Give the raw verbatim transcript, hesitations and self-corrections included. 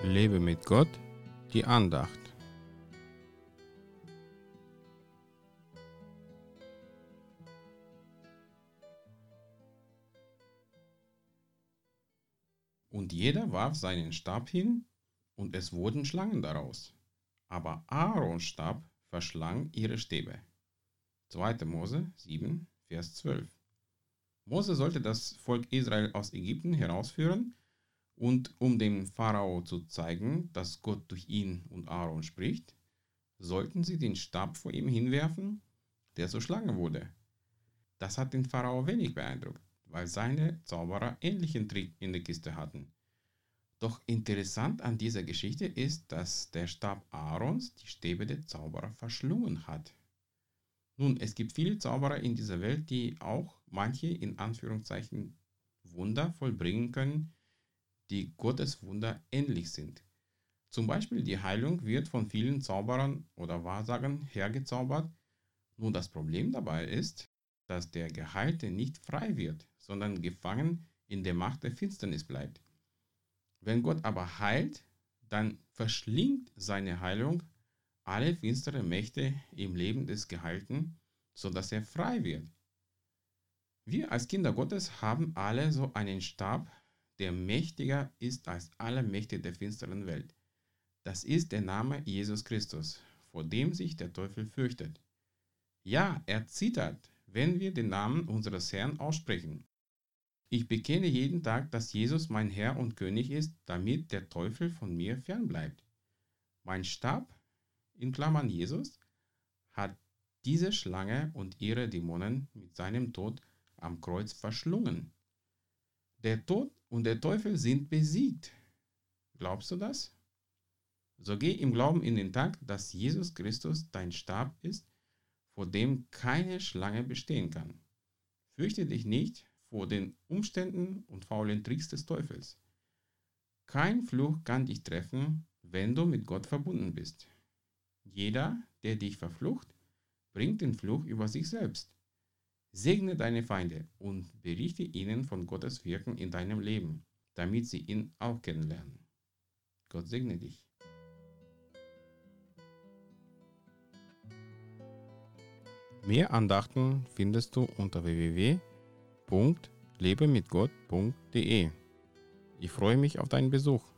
Lebe mit Gott, die Andacht. Und jeder warf seinen Stab hin, und es wurden Schlangen daraus. Aber Aarons Stab verschlang ihre Stäbe. zweiter Mose sieben, Vers zwölf. Mose sollte das Volk Israel aus Ägypten herausführen, und um dem Pharao zu zeigen, dass Gott durch ihn und Aaron spricht, sollten sie den Stab vor ihm hinwerfen, der zur Schlange wurde. Das hat den Pharao wenig beeindruckt, weil seine Zauberer ähnlichen Trick in der Kiste hatten. Doch interessant an dieser Geschichte ist, dass der Stab Aarons die Stäbe der Zauberer verschlungen hat. Nun, es gibt viele Zauberer in dieser Welt, die auch manche in Anführungszeichen Wunder vollbringen können, die Gottes Wunder ähnlich sind. Zum Beispiel die Heilung wird von vielen Zauberern oder Wahrsagern hergezaubert. Nun, das Problem dabei ist, dass der Geheilte nicht frei wird, sondern gefangen in der Macht der Finsternis bleibt. Wenn Gott aber heilt, dann verschlingt seine Heilung alle finstere Mächte im Leben des Geheilten, sodass er frei wird. Wir als Kinder Gottes haben alle so einen Stab, der mächtiger ist als alle Mächte der finsteren Welt. Das ist der Name Jesus Christus, vor dem sich der Teufel fürchtet. Ja, er zittert, wenn wir den Namen unseres Herrn aussprechen. Ich bekenne jeden Tag, dass Jesus mein Herr und König ist, damit der Teufel von mir fernbleibt. Mein Stab, in Klammern Jesus, hat diese Schlange und ihre Dämonen mit seinem Tod am Kreuz verschlungen. Der Tod und der Teufel sind besiegt. Glaubst du das? So geh im Glauben in den Tag, dass Jesus Christus dein Stab ist, vor dem keine Schlange bestehen kann. Fürchte dich nicht vor den Umständen und faulen Tricks des Teufels. Kein Fluch kann dich treffen, wenn du mit Gott verbunden bist. Jeder, der dich verflucht, bringt den Fluch über sich selbst. Segne deine Feinde und berichte ihnen von Gottes Wirken in deinem Leben, damit sie ihn auch kennenlernen. Gott segne dich. Mehr Andachten findest du unter w w w punkt lebe mit gott punkt de. Ich freue mich auf deinen Besuch.